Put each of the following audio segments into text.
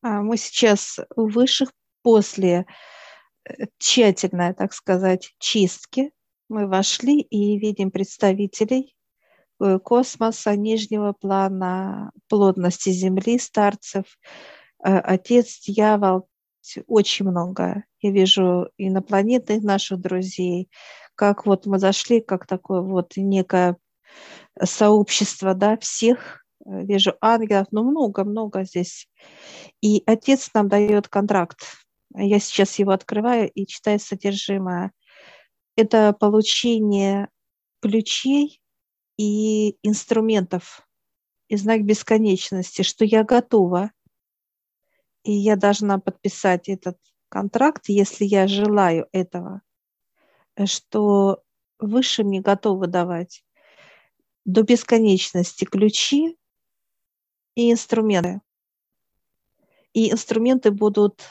Мы сейчас у высших после тщательной, так сказать, чистки. Мы вошли и видим представителей космоса, нижнего плана, плотности Земли, старцев, Отец, Дьявол, очень много. Я вижу инопланетных наших друзей, как вот мы зашли, как такое вот некое сообщество, да, всех. Вижу ангелов, ну много-много здесь. И Отец нам дает контракт. Я сейчас его открываю и читаю содержимое. Это получение ключей и инструментов, и знак бесконечности, что я готова, и я должна подписать этот контракт, если я желаю этого, что выше мне готовы давать до бесконечности ключи и инструменты. И инструменты будут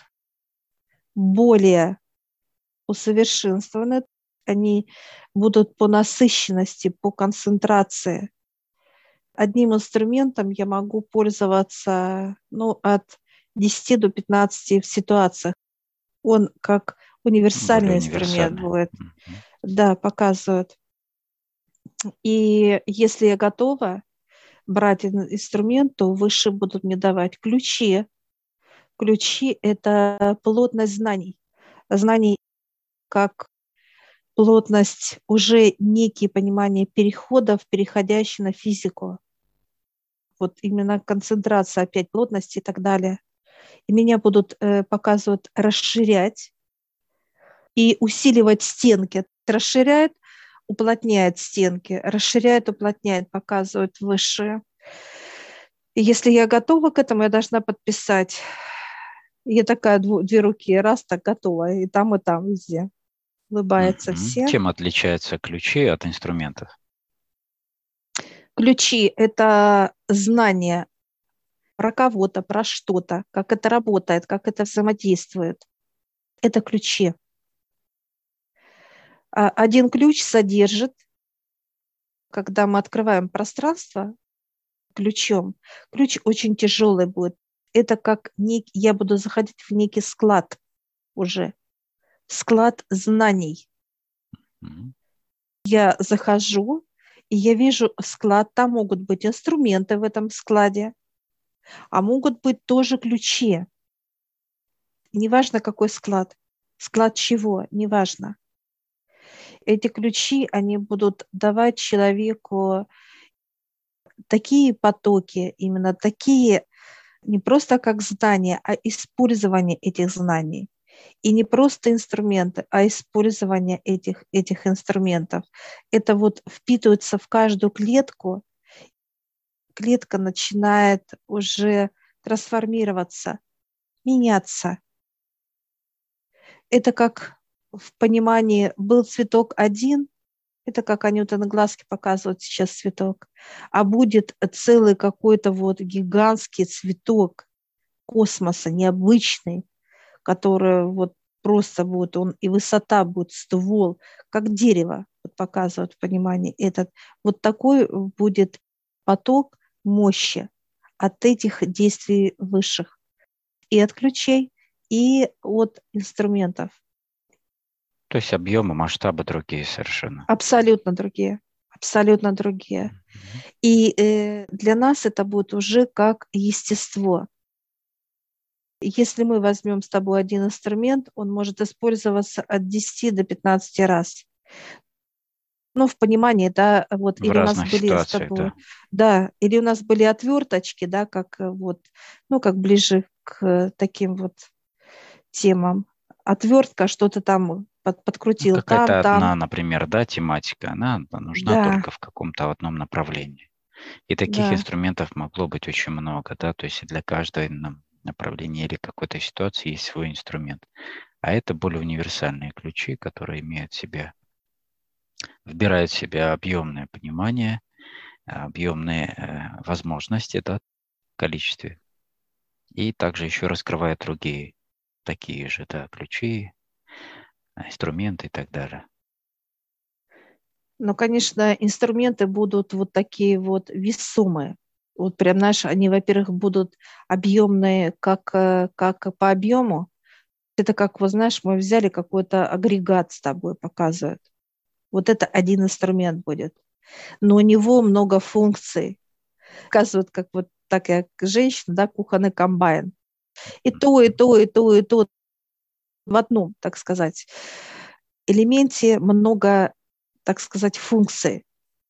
более усовершенствованы, они будут по насыщенности, по концентрации. Одним инструментом я могу пользоваться от 10 до 15 в ситуациях. Он как Более универсальный инструмент универсальный. будет. Мгм. Да, показывает. И если я готова брать инструмент, то выше будут мне давать ключи. Ключи – это плотность знаний. Знаний как плотность, уже некие понимания переходов, переходящие на физику. Вот именно концентрация опять плотности и так далее. И меня будут показывать расширять и усиливать стенки. Расширяет, уплотняет стенки, расширяет, уплотняет, показывает высшие. И если я готова к этому, я должна подписать. Я такая, две руки, раз, так готова. И там, везде. Улыбаются Мгм. все. Чем отличаются ключи от инструментов? Ключи – это знание про кого-то, про что-то, как это работает, как это взаимодействует. Это ключи. Один ключ содержит, когда мы открываем пространство ключом, ключ очень тяжелый будет. Это как я буду заходить в некий склад уже, склад знаний. Мгм. Я захожу, и я вижу склад, там могут быть инструменты в этом складе, а могут быть тоже ключи. Неважно, какой склад. Склад чего, неважно. Эти ключи, они будут давать человеку такие потоки, именно такие, не просто как знания, а использование этих знаний. И не просто инструменты, а использование этих инструментов. Это вот впитывается в каждую клетку, клетка начинает уже трансформироваться, меняться. Это как в понимании был цветок один, это как они вот на глазке показывают сейчас цветок, а будет целый какой-то вот гигантский цветок космоса, необычный, который вот просто будет, он и высота будет, ствол, как дерево, вот показывают в понимании этот. Вот такой будет поток мощи от этих действий высших, и от ключей, и от инструментов. То есть объемы, масштабы другие совершенно. Абсолютно другие. Абсолютно другие. Мгм. И для нас это будет уже как естество. Если мы возьмем с тобой один инструмент, он может использоваться от 10 до 15 раз. Ну, в понимании, да, вот, В или у нас разных были с ситуациях, тобой, да. да, или у нас были отверточки, да, как вот, ну, как ближе к таким вот темам. Отвертка, что-то там Ну, подкрутил, какая-то там, одна, например, да, тематика, она нужна да, только в каком-то одном направлении. И таких да. инструментов могло быть очень много, да, то есть для каждого направления или какой-то ситуации есть свой инструмент. А это более универсальные ключи, которые имеют в себе, вбирают в себя объемное понимание, объемные возможности, да, в количестве. И также еще раскрывают другие такие же, да, ключи, инструменты и так далее. Но, конечно, инструменты будут вот такие вот весомые. Вот прям наши, они, во-первых, будут объемные, как по объему. Это как, вот знаешь, мы взяли какой-то агрегат с тобой, показывают. Вот это один инструмент будет. Но у него много функций. Показывают, как вот так я женщина, да, кухонный комбайн. И то, и то, и то, и то в одном, так сказать, элементе много, так сказать, функций.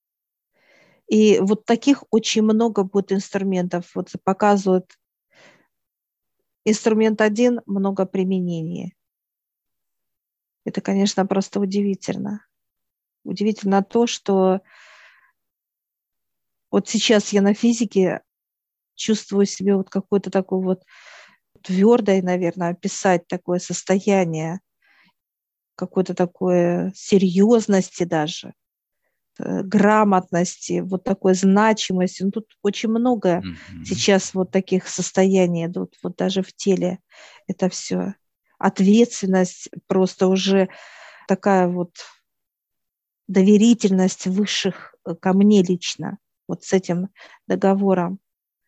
И вот таких очень много будет инструментов. Вот показывают инструмент один, много применений. Это, конечно, просто удивительно. Удивительно то, что вот сейчас я на физике чувствую себя вот какой-то такой вот твердой, наверное, описать такое состояние, какой-то такой серьезности даже, грамотности, вот такой значимости. Ну, тут очень много сейчас вот таких состояний идут, вот даже в теле это все. Ответственность просто уже такая вот доверительность высших ко мне лично, вот с этим договором.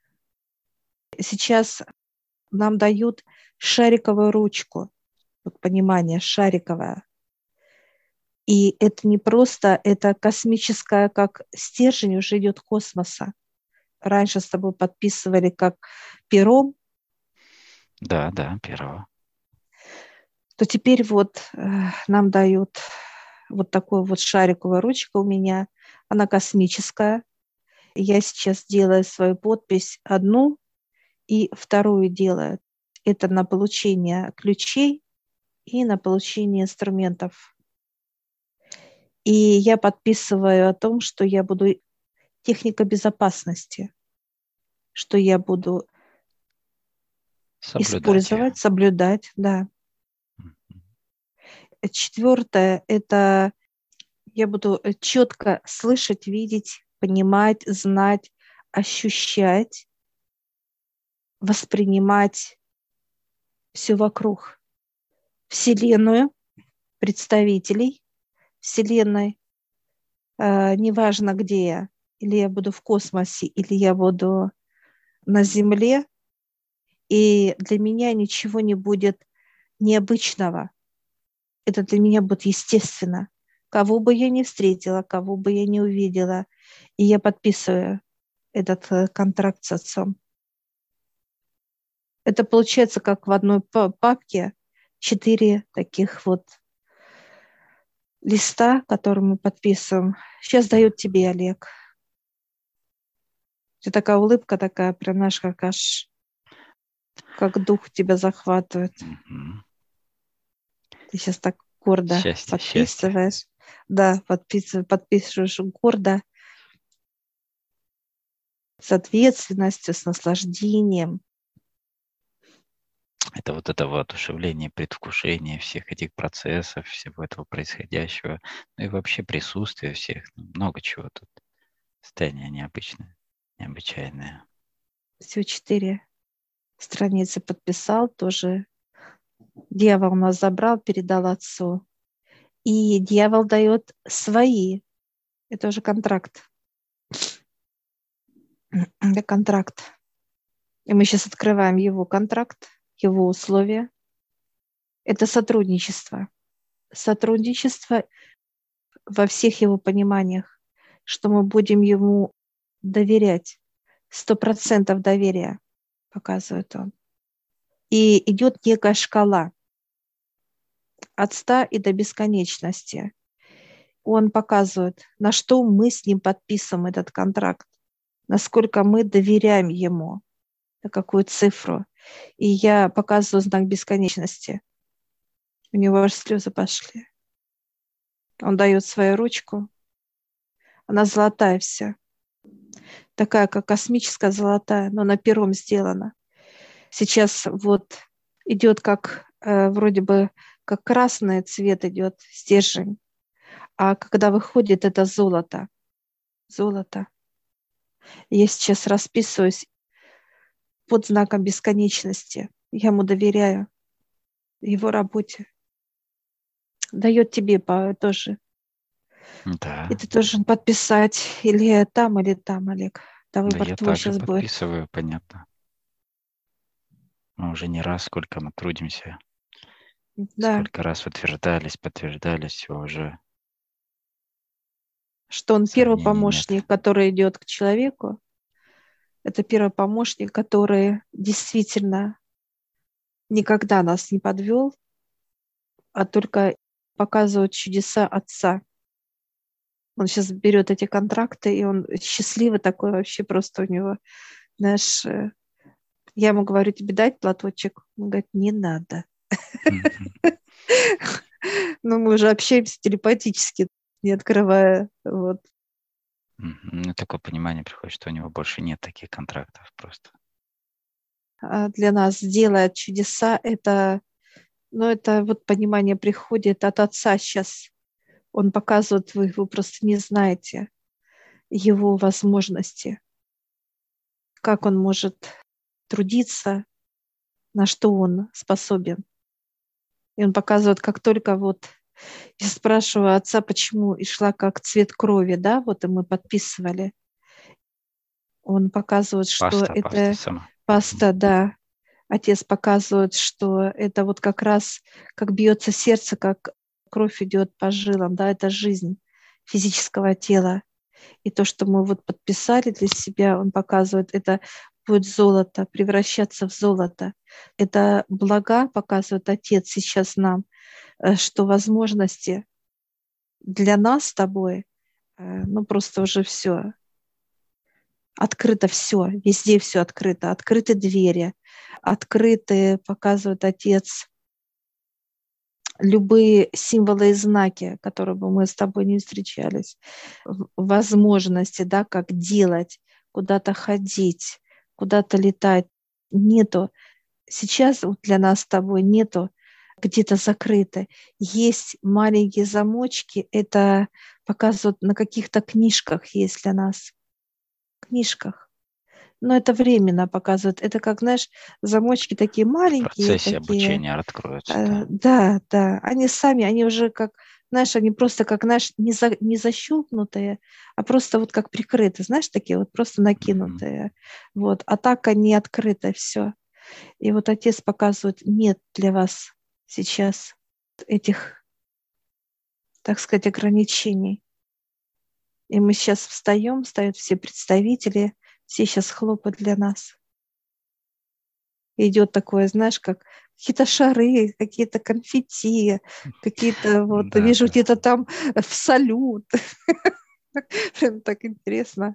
Сейчас нам дают шариковую ручку, вот понимание, шариковое. И это не просто, это космическое, как стержень уже идет космоса. Раньше с тобой подписывали как пером, Да, да, перо. то теперь вот нам дают вот такую вот шариковую ручку у меня. Она космическая. Я сейчас делаю свою подпись одну и вторую делаю. Это на получение ключей и на получение инструментов. И я подписываю о том, что я буду техника безопасности, что я буду Соблюдать ее. использовать, соблюдать, да. Четвертое – это я буду четко слышать, видеть, понимать, знать, ощущать, воспринимать все вокруг. Вселенную, представителей Вселенной, неважно где я, или я буду в космосе, или я буду на Земле, и для меня ничего не будет необычного. Это для меня будет естественно. Кого бы я ни встретила, кого бы я ни увидела, и я подписываю этот контракт с отцом. Это получается как в одной папке 4 таких вот листа, которые мы подписываем. Сейчас дает тебе, Олег. Это такая улыбка такая, прям наш как аж, как дух тебя захватывает. Ты сейчас так гордо Счастье, счастье. подписываешь. Да, подписываешь гордо, с ответственностью, с наслаждением. Это вот это воодушевление, предвкушение всех этих процессов, всего этого происходящего, ну и вообще присутствие всех, много чего тут. Состояние необычное, необычайное. Все 4 страницы подписал, тоже дьявол нас забрал, передал отцу. И дьявол дает свои. Это уже контракт. Это контракт. И мы сейчас открываем его контракт, его условия. Это сотрудничество. Сотрудничество во всех его пониманиях, что мы будем ему доверять. 100% доверия, показывает он. И идет некая шкала от 100 и до бесконечности. Он показывает, на что мы с ним подписываем этот контракт, насколько мы доверяем ему, на какую цифру. И я показываю знак бесконечности. У него аж слезы пошли. Он дает свою ручку. Она золотая вся. Такая, как космическая золотая, но на пером сделана. Сейчас вот идет как вроде бы как красный цвет идет, стержень. А когда выходит, это золото. Золото. Я сейчас расписываюсь под знаком бесконечности. Я ему доверяю, его работе. Дает тебе тоже. Да. И ты должен подписать или там, Олег. Да, Да, выбор я твой также сейчас будет. подписываю, понятно. Мы уже не раз, сколько мы трудимся, Да, сколько раз утверждались, подтверждались, все уже что он первый сомнений нет. помощник, который идет к человеку. Это первый помощник, который действительно никогда нас не подвел, а только показывает чудеса Отца. Он сейчас берет эти контракты, и он счастливый такой вообще просто у него. Знаешь, я ему говорю, тебе дать платочек? Он говорит, не надо. Мгм. Но мы уже общаемся телепатически, не открывая. Вот. Мгм. Ну, такое понимание приходит, что у него больше нет таких контрактов просто. А для нас делает чудеса, это, ну, это вот понимание приходит от Отца сейчас. Он показывает, вы просто не знаете его возможности, как он может трудиться, на что он способен. И он показывает, как только вот я спрашиваю отца, почему и шла как цвет крови, да, вот и мы подписывали. Он показывает, что Паста это сама. паста, да. Отец показывает, что это вот как раз, как бьется сердце, как кровь идет по жилам, да, это жизнь физического тела. И то, что мы вот подписали для себя, он показывает, это будет золото, превращаться в золото. Это блага показывает Отец сейчас нам, что возможности для нас с тобой, ну просто уже все, открыто все, везде все открыто, открыты двери, открыты, показывает Отец, любые символы и знаки, которые бы мы с тобой не встречались, возможности, да, как делать, куда-то ходить, куда-то летать. Нету. Сейчас вот для нас с тобой нету где-то закрыто. Есть маленькие замочки, это показывают на каких-то книжках есть для нас. Книжках. Но это временно показывают. Это как, знаешь, замочки такие В маленькие, процессе такие. обучения откроются, да. Да, да, они сами, они уже как, знаешь, они просто как, знаешь, не защелкнутые, а просто вот как прикрыты, знаешь, такие вот просто Мгм. накинутые. Вот, а так они открыты, все. И вот отец показывает, нет для вас сейчас этих, так сказать, ограничений. И мы сейчас встаем, встают все представители, все сейчас хлопают для нас. Идет такое, знаешь, как какие-то шары, какие-то конфетти, какие-то вот, Да, вижу да. где-то там в салют. Прям так интересно.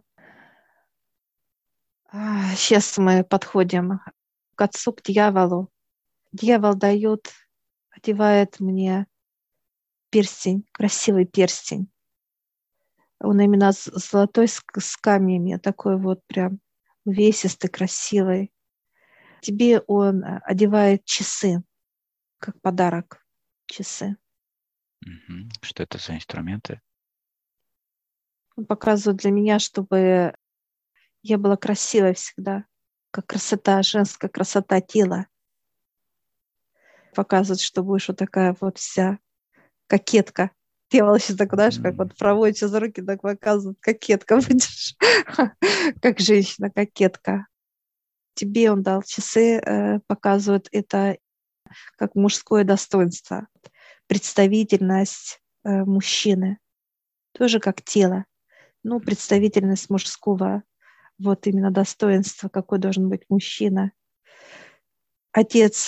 Сейчас мы подходим к отцу, к дьяволу. Дьявол дает, одевает мне перстень, красивый перстень. Он именно золотой с камнями, такой вот прям увесистый, красивый. Тебе он одевает часы, как подарок, часы. Мгм. Что это за инструменты? Он показывает для меня, чтобы я была красивой всегда, как красота, женская красота тела. Показывает, что будешь вот такая вот вся кокетка. Делала сейчас так, знаешь, как М, вот проводит за руки, так показывает, кокетка будешь, как женщина-кокетка. Тебе он дал часы, показывает это как мужское достоинство, представительность мужчины, тоже как тело, ну, представительность мужского, вот именно достоинство, какой должен быть мужчина. Отец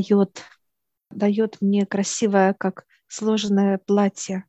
дает мне красивое, как сложенное платье.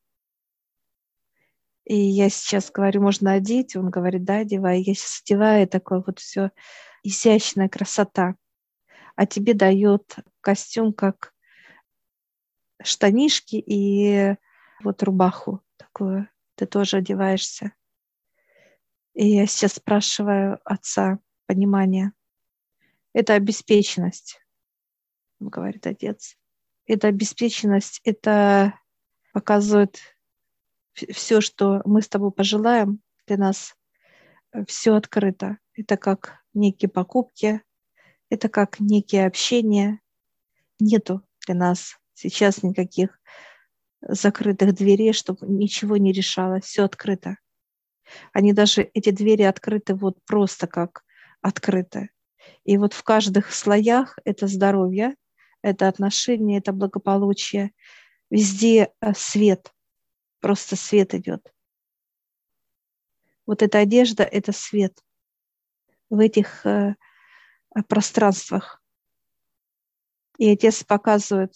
И я сейчас говорю, можно одеть? Он говорит, да, одевай. Я сейчас одеваю, и такое вот все изящная красота. А тебе дает костюм, как штанишки и вот рубаху такую. Ты тоже одеваешься. И я сейчас спрашиваю отца понимание. Это обеспеченность, говорит отец. Это обеспеченность, это показывает все, что мы с тобой пожелаем, для нас все открыто. Это как некие покупки, это как некие общения. Нету для нас сейчас никаких закрытых дверей, чтобы ничего не решалось, все открыто. Они даже, эти двери открыты вот просто как открыты. И вот в каждых слоях это здоровье, это отношения, это благополучие. Везде свет, просто свет идет. Вот эта одежда – это свет в этих пространствах. И Отец показывает,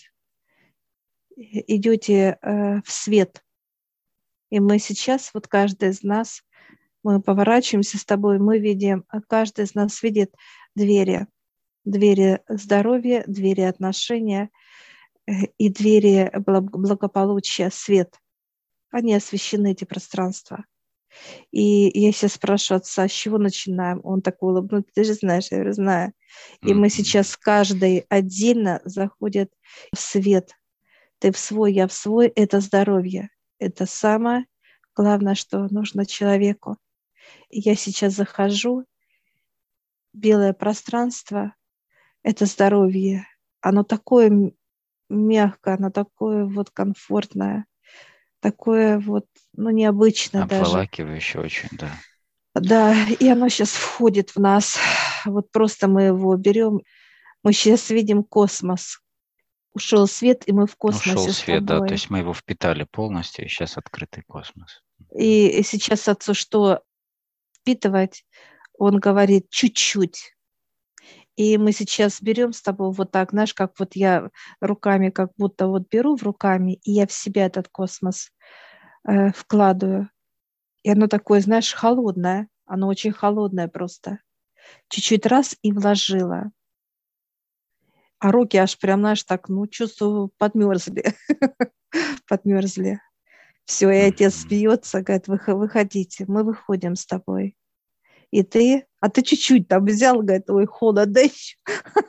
идете в свет. И мы сейчас, вот каждый из нас, мы поворачиваемся с тобой, мы видим, каждый из нас видит двери. Двери здоровья, двери отношения и двери благополучия, свет. Они освещены, эти пространства. И я сейчас спрашиваю отца, с чего начинаем? Он такой улыбнулся, ты же знаешь, я говорю, знаю. И мы сейчас каждый отдельно заходит в свет. Ты в свой, я в свой, это здоровье. Это самое главное, что нужно человеку. И я сейчас захожу, белое пространство, это здоровье. Оно такое мягкое, оно такое вот комфортное, такое вот, ну, необычное даже. Обволакивающе очень, да. Да, и оно сейчас входит в нас. Вот просто мы его берем. Мы сейчас видим космос. Ушел свет, и мы в Ушел космосе с свет, да, то тобой. есть мы его впитали полностью, и сейчас открытый космос. И сейчас отцу что впитывать? Он говорит чуть-чуть. И мы сейчас берем с тобой вот так, знаешь, как вот я руками как будто вот беру в руками, и я в себя этот космос вкладываю. И оно такое, знаешь, холодное. Оно очень холодное просто. Чуть-чуть раз и вложила. А руки аж прям, знаешь, так, ну, чувствую, подмерзли. Подмерзли. Все, и отец смеется, говорит, выходите, мы выходим с тобой. И ты, а ты чуть-чуть там взял, говорит, ой, холодно еще.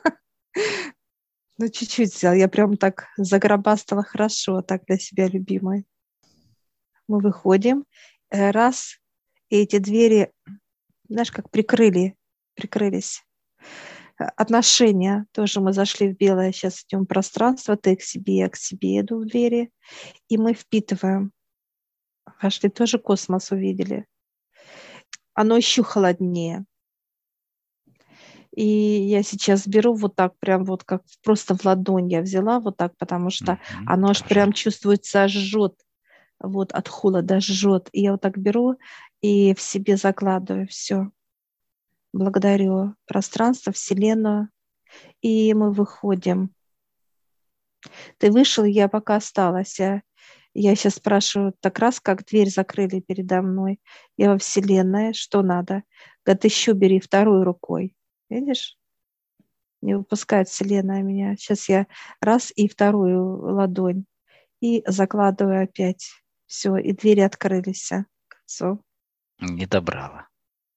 Ну, чуть-чуть взял. Я прям так загробастала хорошо, так для себя любимой. Мы выходим, раз, и эти двери, знаешь, как прикрылись. Отношения тоже мы зашли в белое, сейчас идем в пространство, ты к себе, я к себе иду в двери, и мы впитываем. Вошли, тоже космос увидели. Оно еще холоднее. И я сейчас беру вот так, прям вот как просто в ладонь я взяла вот так, потому что оно аж Хорошо. прям чувствуется, жжет. Вот от холода жжет. И я вот так беру и в себе закладываю все. Благодарю пространство, Вселенную. И мы выходим. Ты вышел, я пока осталась. Я сейчас спрашиваю, так раз как дверь закрыли передо мной. Я во Вселенной, что надо? Говорит, еще бери второй рукой. Видишь? Не выпускает Вселенная меня. Сейчас я раз и вторую ладонь. И закладываю опять. Все, и двери открылись к отцу. Не добрала.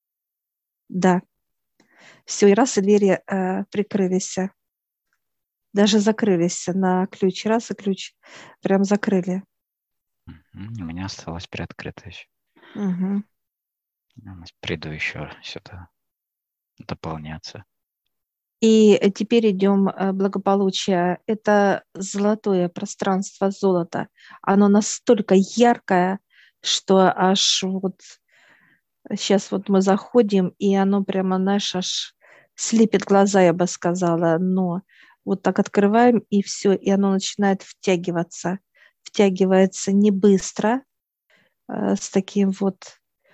Да. Все, и раз, и двери прикрылись. Даже закрылись на ключ. Раз, и ключ прям закрыли. У меня осталось приоткрыто еще. Угу. Приду еще сюда дополняться. И теперь идем благополучие. Это золотое пространство золота. Оно настолько яркое, что аж вот сейчас вот мы заходим, и оно прямо, знаешь, аж слепит глаза, я бы сказала. Но вот так открываем, и все, и оно начинает втягиваться. Втягивается не быстро, с таким вот.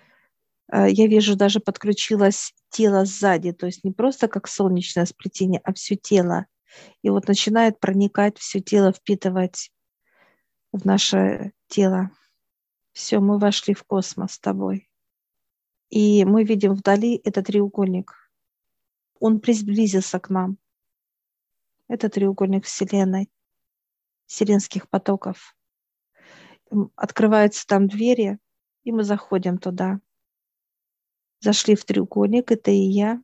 Я вижу, даже подключилось тело сзади, то есть не просто как солнечное сплетение, а все тело. И вот начинает проникать все тело, впитывать в наше тело. Все, мы вошли в космос с тобой. И мы видим вдали этот треугольник. Он приблизился к нам. Это треугольник Вселенной, вселенских потоков. Открываются там двери, и мы заходим туда. Зашли в треугольник, это и я.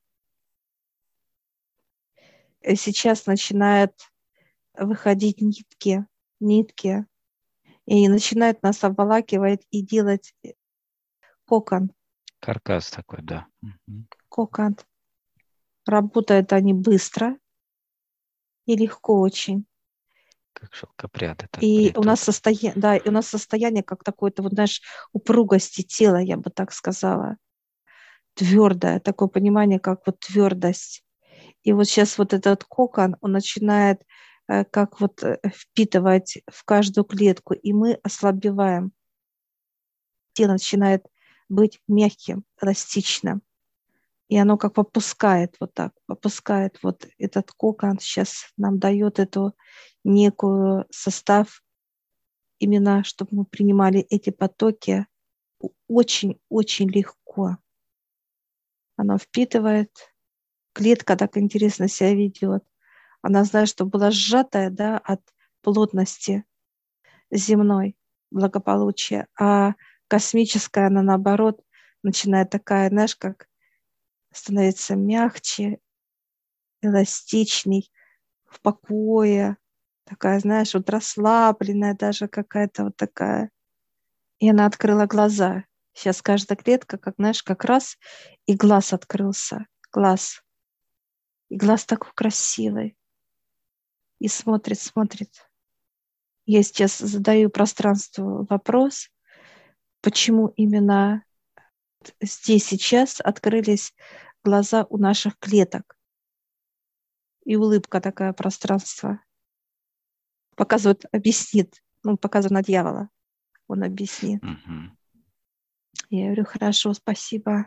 Сейчас начинают выходить нитки, и начинают нас обволакивать и делать кокон. Каркас такой, да. Кокон. Работают они быстро и легко очень. как шелкопряды, так И у нас плетут. состояние, да, и у нас состояние как такое-то, вот, знаешь, упругости тела, я бы так сказала, твердое, такое понимание, как вот твердость. И вот сейчас вот этот кокон, он начинает как вот впитывать в каждую клетку, и мы ослабеваем. Тело начинает быть мягким, эластичным. И оно как попускает вот так, попускает вот этот кокон, сейчас нам дает эту некую состав, именно чтобы мы принимали эти потоки очень-очень легко. Оно впитывает, клетка так интересно себя ведет. Она знает, что была сжатая, да, от плотности земной благополучия, а космическая, она наоборот, начинает такая, знаешь, как становится мягче, эластичней, в покое, такая, знаешь, вот расслабленная даже какая-то вот такая. И она открыла глаза. Сейчас каждая клетка, как, знаешь, как раз и глаз открылся. Глаз. И глаз такой красивый. И смотрит, смотрит. Я сейчас задаю пространству вопрос, почему именно здесь сейчас открылись глаза у наших клеток. И улыбка такая пространство. Показывает, объяснит. Ну, показывает на дьявола. Он объяснит. Мгм. Я говорю, хорошо, спасибо.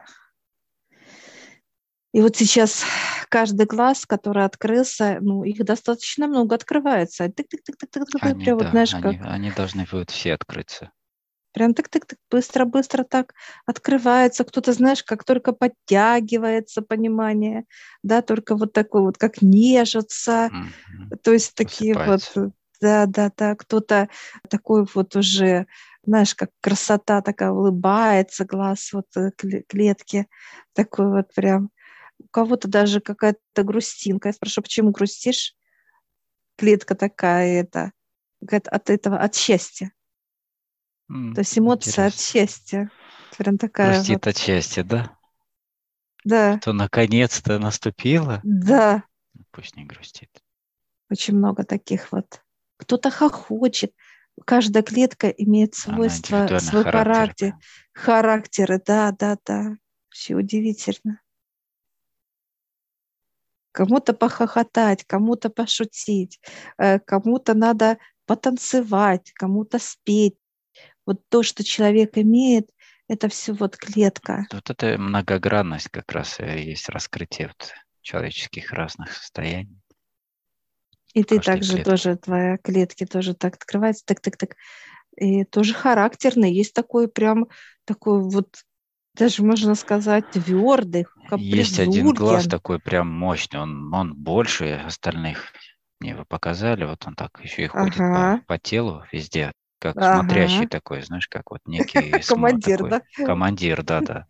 И вот сейчас каждый глаз, который открылся, ну, их достаточно много открывается. Тык-тык-тык-тык-тык, Они, прям вот, да, знаешь, они, как они должны будут все открыться. прям тык-тык-тык, быстро-быстро так открывается. Кто-то, знаешь, как только подтягивается понимание, да, только вот такой вот, как нежится. Мгм. То есть такие вот, Высыпается. да, кто-то такой вот уже, знаешь, как красота такая, улыбается, глаз вот клетки, такой вот прям. У кого-то даже какая-то грустинка. Я спрашиваю, почему грустишь? Клетка такая, это, говорит, от этого, от счастья. То есть эмоция от Интересно. счастья. Прям такая Грустит вот. от счастья, да? Да, Что наконец-то наступило? да, Пусть не грустит. очень много таких вот. Кто-то хохочет. Каждая клетка имеет Она свойства, индивидуальный свой характер. характер, характеры, да. Все удивительно. Кому-то похохотать, кому-то пошутить, кому-то надо потанцевать, кому-то спеть. Вот то, что человек имеет, это все вот клетка. Вот эта многогранность как раз и есть раскрытие вот человеческих разных состояний И в ты каждой также клетке. тоже, твоя клетки тоже так открывается, так. И тоже характерный. Есть такой прям, такой вот, даже можно сказать, твердый, Есть один глаз капризулькин. такой прям мощный, он больше остальных. Мне вы показали, вот он так еще и ходит Ага, по телу везде, как смотрящий ага. такой, знаешь, как вот некий Командир, такой да? командир, да.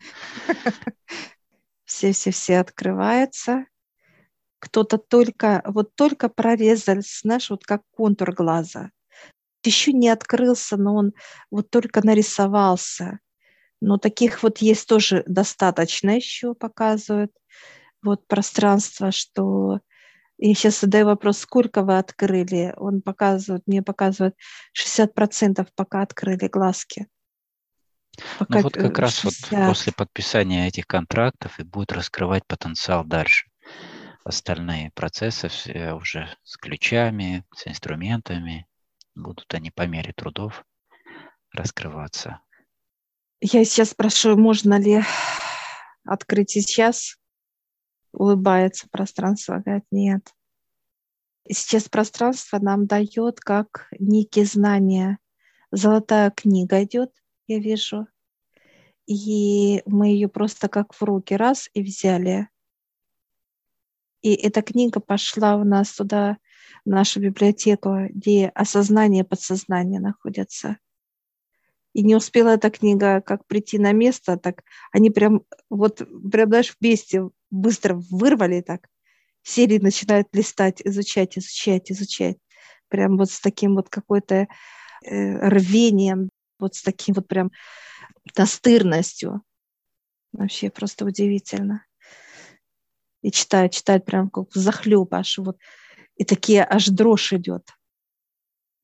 Все открываются. Кто-то только, вот только прорезали, знаешь, вот как контур глаза. Еще не открылся, но он вот только нарисовался. Но таких вот есть тоже достаточно еще показывают. Вот пространство, что... Я сейчас задаю вопрос, сколько вы открыли? Он показывает, мне показывает 60% пока открыли глазки. Ну Пока вот как раз вот 60. после подписания этих контрактов и будет раскрывать потенциал дальше. Остальные процессы все уже с ключами, с инструментами, будут они по мере трудов раскрываться. Я сейчас спрашиваю, можно ли открыть сейчас? Улыбается пространство, говорит, нет. Сейчас пространство нам дает как некие знания. Золотая книга идет, я вижу, и мы ее просто как в руки раз и взяли. И эта книга пошла у нас туда, в нашу библиотеку, где осознание и подсознание находятся. И не успела эта книга как прийти на место, так они прям, вот, прям, знаешь, вместе быстро вырвали так, сели, начинают листать, изучать. Прям вот с таким вот какой-то рвением, вот с таким вот прям настырностью. Вообще просто удивительно. И читают прям как взахлеб аж вот. И такие аж дрожь идет.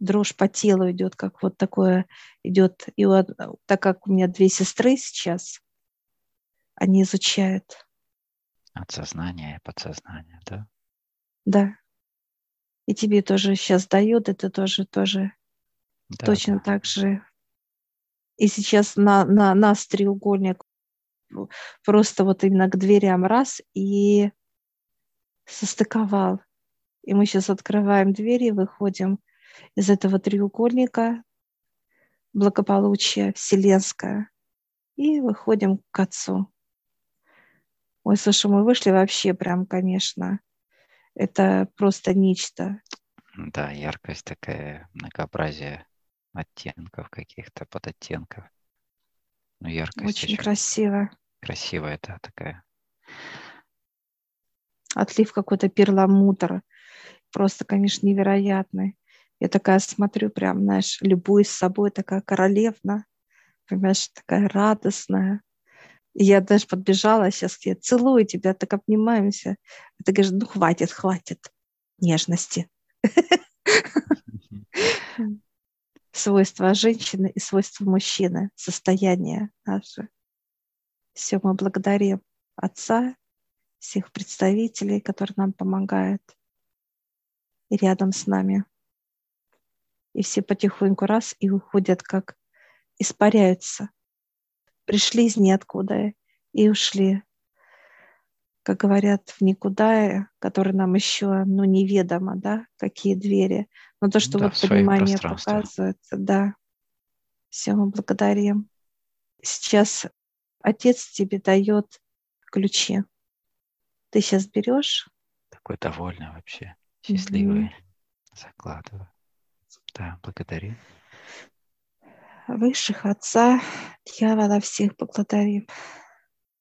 дрожь по телу идет, как вот такое идет. И вот, так как у меня 2 сестры сейчас, они изучают. От сознания и подсознания, да? Да. И тебе тоже сейчас дают, это тоже Да, точно да. так же. И сейчас на нас треугольник просто вот именно к дверям раз и состыковал. И мы сейчас открываем двери, выходим из этого треугольника благополучия вселенское и выходим к Отцу. Ой, слушай, мы вышли вообще прям, конечно, это просто нечто. Да, яркость такая, многообразие оттенков каких-то, подоттенков. Но яркость Очень очень красиво. красивая, да, такая. Отлив какой-то перламутра. Просто, конечно, невероятный. Я такая смотрю, прям, знаешь, любуюсь собой, такая королевна, понимаешь, такая радостная. И я даже подбежала сейчас к тебе, целую тебя, так обнимаемся. А ты говоришь, ну хватит, хватит нежности. Свойства женщины и свойства мужчины, состояние наше. Все, мы благодарим Отца, всех представителей, которые нам помогают и рядом с нами. И все потихоньку раз и уходят, как испаряются. Пришли из ниоткуда и ушли, как говорят, в никуда, которые нам еще, ну, неведомо, да, какие двери. Но то, что Да, в вот свое понимание пространство. показывается, да, все мы благодарим. Сейчас Отец тебе дает ключи. Ты сейчас берешь Такой довольный вообще, Мгм. счастливый. Закладываю. Да, благодарю. Высших Отца, дьявола всех благодарим.